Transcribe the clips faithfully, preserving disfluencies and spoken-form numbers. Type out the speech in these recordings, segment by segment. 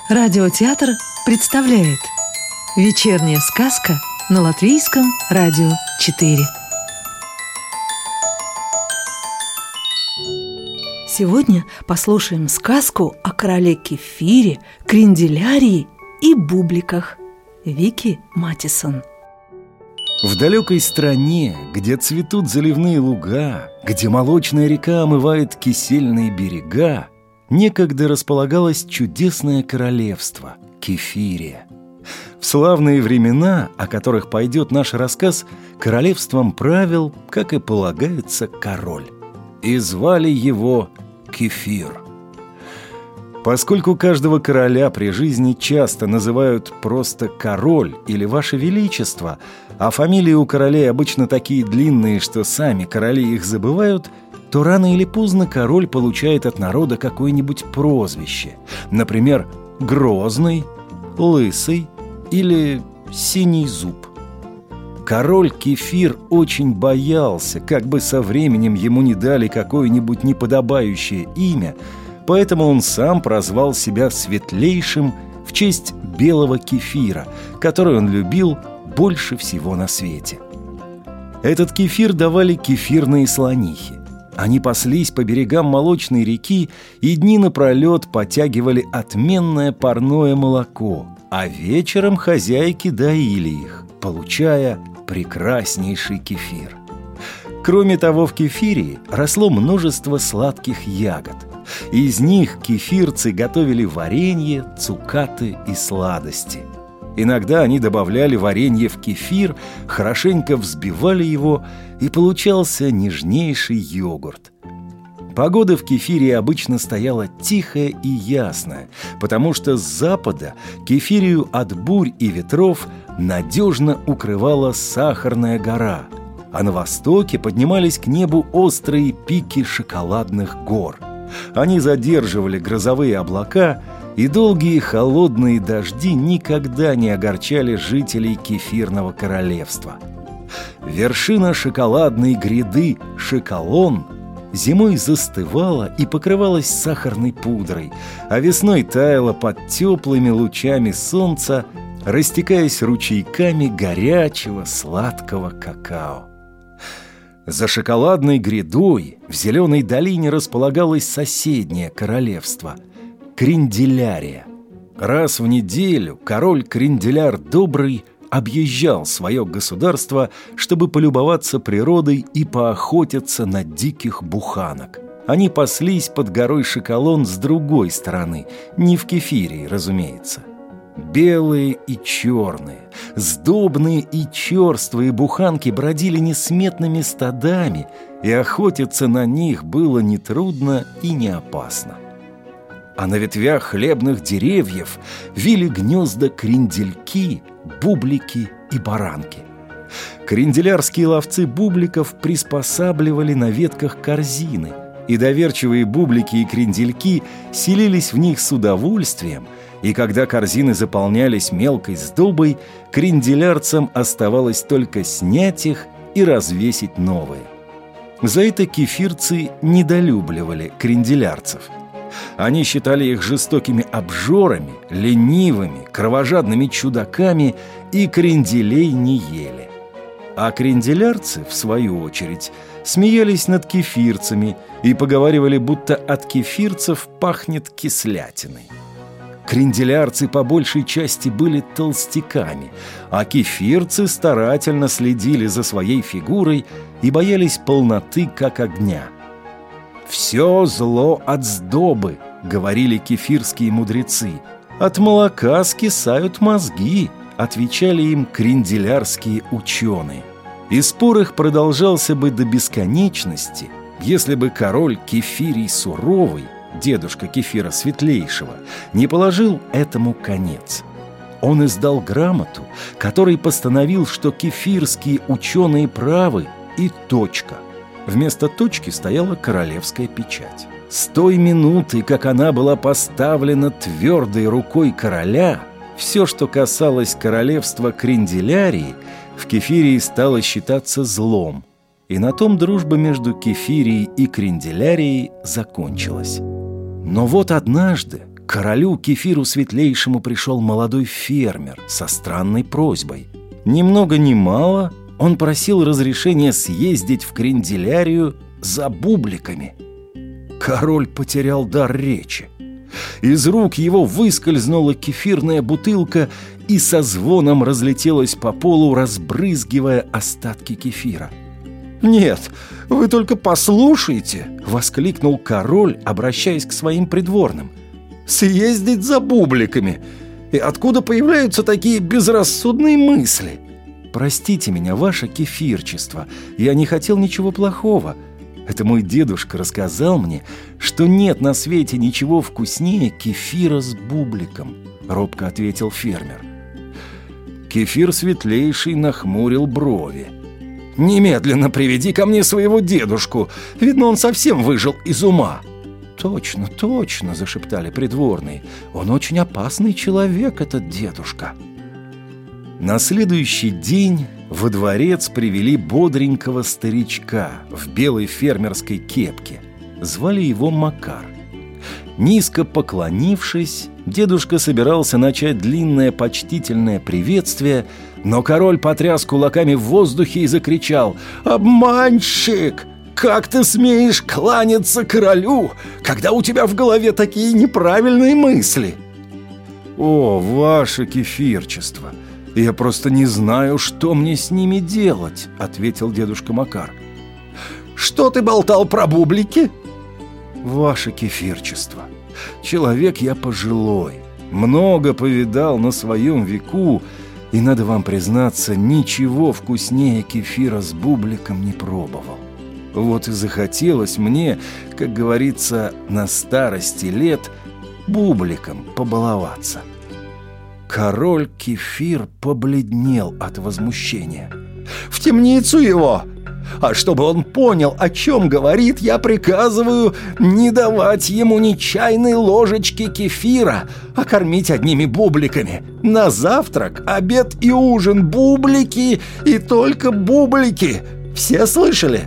Радиотеатр представляет «Вечерняя сказка» на Латвийском радио четыре. Сегодня послушаем сказку о короле Кефире, кренделярии и бубликах. Вики Матисон. В далекой стране, где цветут заливные луга, где молочная река омывает кисельные берега, некогда располагалось чудесное королевство – Кефирия. В славные времена, о которых пойдет наш рассказ, королевством правил, как и полагается, король. И звали его Кефир. Поскольку каждого короля при жизни часто называют просто «король» или «ваше величество», а фамилии у королей обычно такие длинные, что сами короли их забывают, то рано или поздно король получает от народа какое-нибудь прозвище. Например, «Грозный», «Лысый» или «Синий зуб». Король Кефир очень боялся, как бы со временем ему не дали какое-нибудь неподобающее имя, поэтому он сам прозвал себя Светлейшим в честь белого кефира, который он любил больше всего на свете. Этот кефир давали кефирные слонихи. Они паслись по берегам молочной реки и дни напролет потягивали отменное парное молоко, а вечером хозяйки доили их, получая прекраснейший кефир. Кроме того, в Кефирии росло множество сладких ягод. Из них кефирцы готовили варенье, цукаты и сладости. Иногда они добавляли варенье в кефир, хорошенько взбивали его, и получался нежнейший йогурт. Погода в Кефире обычно стояла тихая и ясная, потому что с запада Кефирию от бурь и ветров надежно укрывала Сахарная гора, а на востоке поднимались к небу острые пики шоколадных гор. Они задерживали грозовые облака, и долгие холодные дожди никогда не огорчали жителей Кефирного королевства. Вершина шоколадной гряды Шекалон зимой застывала и покрывалась сахарной пудрой, а весной таяла под теплыми лучами солнца, растекаясь ручейками горячего сладкого какао. За шоколадной грядой в зеленой долине располагалось соседнее королевство – Кренделярия. Раз в неделю король Кренделяр Добрый объезжал свое государство, чтобы полюбоваться природой и поохотиться на диких буханок. Они паслись под горой Шекалон с другой стороны, не в Кефирии, разумеется. Белые и черные, сдобные и черствые буханки бродили несметными стадами, и охотиться на них было нетрудно и не опасно. А на ветвях хлебных деревьев вили гнезда крендельки, бублики и баранки. Кренделярские ловцы бубликов приспосабливали на ветках корзины, и доверчивые бублики и крендельки селились в них с удовольствием, и когда корзины заполнялись мелкой сдобой, кренделярцам оставалось только снять их и развесить новые. За это кефирцы недолюбливали кренделярцев. Они считали их жестокими обжорами, ленивыми, кровожадными чудаками и кренделей не ели. А кренделярцы, в свою очередь, смеялись над кефирцами и поговаривали, будто от кефирцев пахнет кислятиной. Кренделярцы по большей части были толстяками, а кефирцы старательно следили за своей фигурой и боялись полноты, как огня. «Все зло от сдобы», — говорили кефирские мудрецы. «От молока скисают мозги», — отвечали им кренделярские ученые. И спор их продолжался бы до бесконечности, если бы король Кефирий Суровый, дедушка Кефира Светлейшего, не положил этому конец. Он издал грамоту, которой постановил, что кефирские ученые правы, и точка. Вместо точки стояла королевская печать. С той минуты, как она была поставлена твердой рукой короля, все, что касалось королевства Кренделярии, в Кефирии стало считаться злом, и на том дружба между Кефирией и Кренделярией закончилась. Но вот однажды К королю Кефиру Светлейшему пришел молодой фермер со странной просьбой. Ни много ни мало он просил разрешения съездить в Кренделярию за бубликами. Король потерял дар речи. Из рук его выскользнула кефирная бутылка и со звоном разлетелась по полу, разбрызгивая остатки кефира. «Нет, вы только послушайте!» — воскликнул король, обращаясь к своим придворным. «Съездить за бубликами! И откуда появляются такие безрассудные мысли?» «Простите меня, ваше кефирчество, я не хотел ничего плохого. Это мой дедушка рассказал мне, что нет на свете ничего вкуснее кефира с бубликом», — робко ответил фермер. Кефир Светлейший нахмурил брови. «Немедленно приведи ко мне своего дедушку, видно, он совсем выжил из ума». «Точно, точно», — зашептали придворные, — «он очень опасный человек, этот дедушка». На следующий день во дворец привели бодренького старичка в белой фермерской кепке. Звали его Макар. Низко поклонившись, дедушка собирался начать длинное почтительное приветствие, но король потряс кулаками в воздухе и закричал: «Обманщик! Как ты смеешь кланяться королю, когда у тебя в голове такие неправильные мысли?» «О, ваше кефирчество! Я просто не знаю, что мне с ними делать», — ответил дедушка Макар. «Что ты болтал про бублики?» «Ваше кефирчество, человек я пожилой, много повидал на своем веку, и, надо вам признаться, ничего вкуснее кефира с бубликом не пробовал. Вот и захотелось мне, как говорится, на старости лет бубликом побаловаться». Король Кефир побледнел от возмущения. «В темницу его! А чтобы он понял, о чем говорит, я приказываю не давать ему ни чайной ложечки кефира, а кормить одними бубликами. На завтрак, обед и ужин бублики и только бублики. Все слышали?»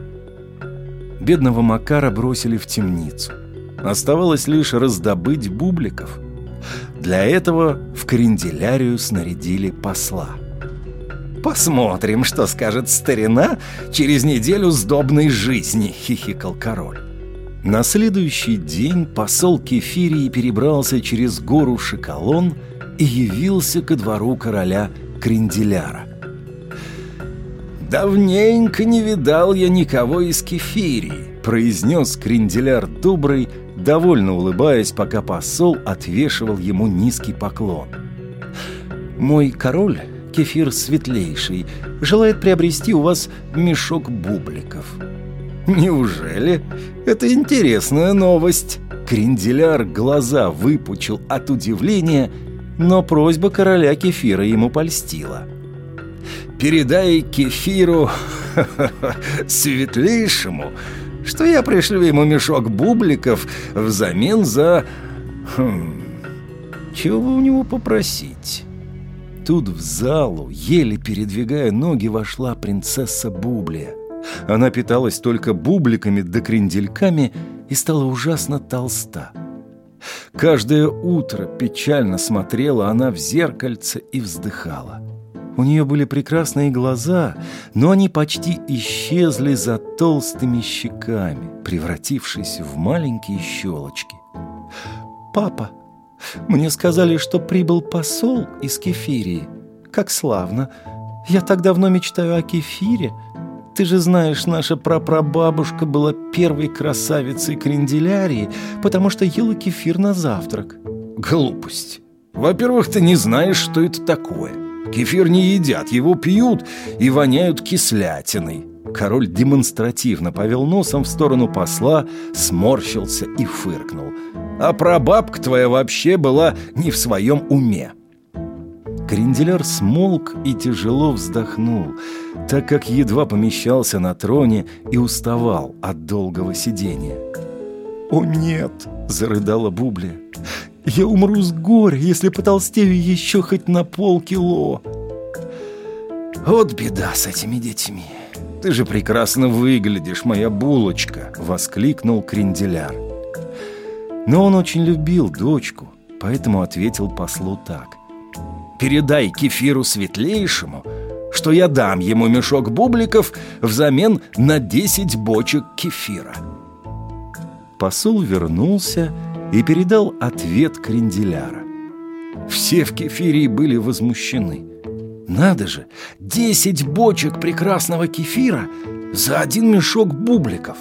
Бедного Макара бросили в темницу. Оставалось лишь раздобыть бубликов. Для этого в Кренделярию снарядили посла. «Посмотрим, что скажет старина через неделю сдобной жизни», — хихикал король. На следующий день посол Кефирии перебрался через гору Шекалон и явился ко двору короля Кренделяра. «Давненько не видал я никого из Кефирии», — произнес Кренделяр Добрый, довольно улыбаясь, пока посол отвешивал ему низкий поклон. «Мой король, Кефир Светлейший, желает приобрести у вас мешок бубликов». «Неужели? Это интересная новость!» Кренделяр глаза выпучил от удивления, но просьба короля Кефира ему польстила. «Передай Кефиру Светлейшему, что я пришлю ему мешок бубликов взамен за... Хм, чего бы у него попросить?» Тут в залу, еле передвигая ноги, вошла принцесса Бублия. Она питалась только бубликами да крендельками и стала ужасно толста. Каждое утро печально смотрела она в зеркальце и вздыхала. У нее были прекрасные глаза, но они почти исчезли за толстыми щеками, превратившись в маленькие щелочки. «Папа, мне сказали, что прибыл посол из Кефирии. Как славно! Я так давно мечтаю о кефире. Ты же знаешь, наша прапрабабушка была первой красавицей Кренделярии, потому что ела кефир на завтрак». «Глупость! Во-первых, ты не знаешь, что это такое. Кефир не едят, его пьют и воняют кислятиной». Король демонстративно повел носом в сторону посла, сморщился и фыркнул. «А прабабка твоя вообще была не в своем уме». Кренделяр смолк и тяжело вздохнул, так как едва помещался на троне и уставал от долгого сидения. «О нет!» – зарыдала Бублия. «Я умру с горя, если потолстею еще хоть на полкило». «Вот беда с этими детьми. Ты же прекрасно выглядишь, моя булочка!» – воскликнул Кренделяр. Но он очень любил дочку, поэтому ответил послу так: «Передай Кефиру Светлейшему, что я дам ему мешок бубликов взамен на десять бочек кефира». Посол вернулся и передал ответ Кренделяра. Все в Кефирии были возмущены. Надо же, десять бочек прекрасного кефира за один мешок бубликов.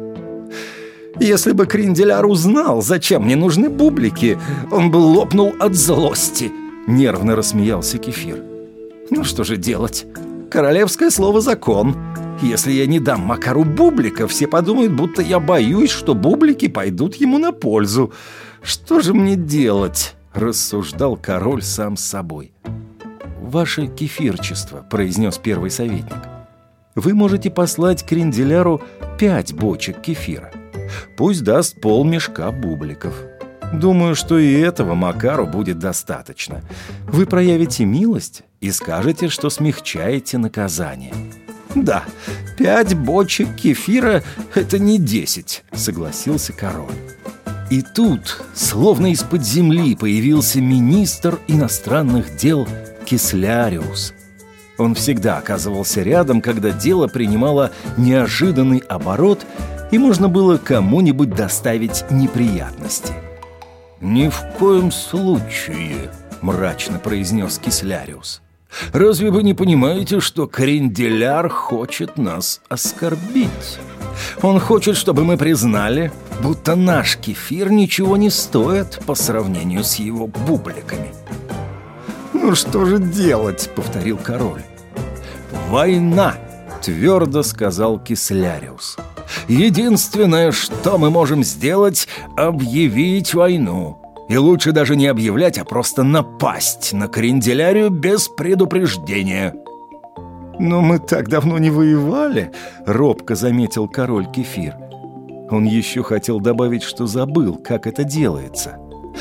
Если бы Кренделяр узнал, зачем мне нужны бублики, он бы лопнул от злости. Нервно рассмеялся Кефир. Ну что же делать? Королевское слово закон. Если я не дам Макару бублика, все подумают, будто я боюсь, что бублики пойдут ему на пользу. Что же мне делать? Рассуждал король сам с собой. «Ваше кефирчество», — произнес первый советник, «вы можете послать Кренделяру пять бочек кефира. Пусть даст полмешка бубликов. Думаю, что и этого Макару будет достаточно. Вы проявите милость и скажете, что смягчаете наказание». «Да, пять бочек кефира — это не десять», — согласился король. И тут, словно из-под земли, появился министр иностранных дел Кисляриус. Он всегда оказывался рядом, когда дело принимало неожиданный оборот, и можно было кому-нибудь доставить неприятности. «Ни в коем случае», — мрачно произнес Кисляриус. «Разве вы не понимаете, что Кренделяр хочет нас оскорбить? Он хочет, чтобы мы признали, будто наш кефир ничего не стоит по сравнению с его бубликами». «Ну что же делать?» — повторил король. «Война!» — твердо сказал Кисляриус. «Единственное, что мы можем сделать — объявить войну. И лучше даже не объявлять, а просто напасть на Кренделярию без предупреждения». «Но мы так давно не воевали», — робко заметил король Кефир. Он еще хотел добавить, что забыл, как это делается.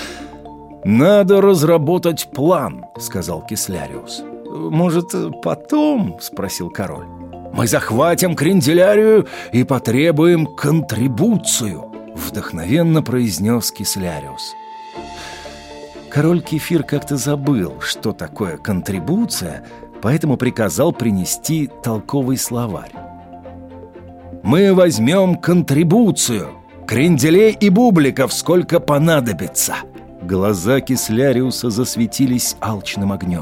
«Надо разработать план», — сказал Кисляриус. «Может, потом?» — спросил король. «Мы захватим Кренделярию и потребуем контрибуцию», — вдохновенно произнес Кисляриус. Король Кефир как-то забыл, что такое контрибуция, поэтому приказал принести толковый словарь. «Мы возьмем контрибуцию, кренделей и бубликов, сколько понадобится». Глаза Кисляриуса засветились алчным огнем.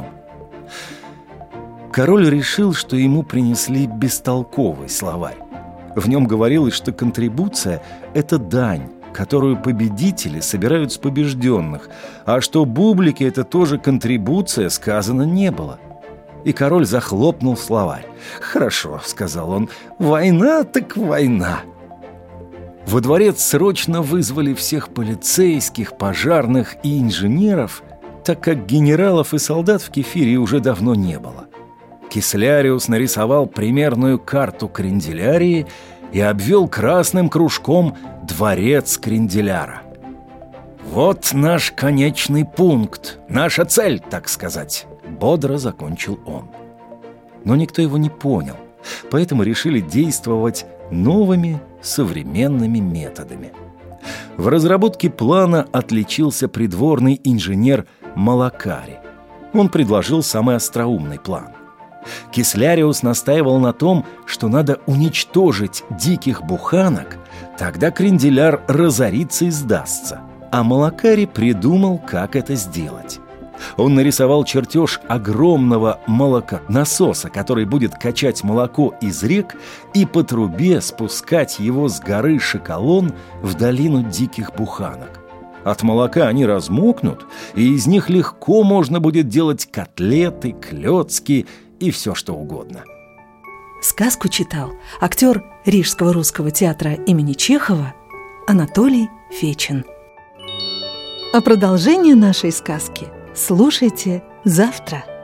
Король решил, что ему принесли бестолковый словарь. В нем говорилось, что контрибуция – это дань, которую победители собирают с побежденных, а что бублики – это тоже контрибуция, сказано не было. И король захлопнул словарь. «Хорошо», – сказал он, – «война так война». Во дворец срочно вызвали всех полицейских, пожарных и инженеров, так как генералов и солдат в Кефире уже давно не было. Кисляриус нарисовал примерную карту Кренделярии и обвел красным кружком дворец Кренделяра. «Вот наш конечный пункт, наша цель, так сказать», — бодро закончил он. Но никто его не понял, поэтому решили действовать новыми современными методами. В разработке плана отличился придворный инженер Малакари. Он предложил самый остроумный план. Кисляриус настаивал на том, что надо уничтожить диких буханок, тогда Кренделяр разорится и сдастся. А Малакари придумал, как это сделать. Он нарисовал чертеж огромного молоконасоса, который будет качать молоко из рек и по трубе спускать его с горы Шоколон в долину диких буханок. От молока они размокнут, и из них легко можно будет делать котлеты, клёцки и все что угодно. Сказку читал актер Рижского русского театра имени Чехова Анатолий Фечин. А продолжение нашей сказки слушайте завтра.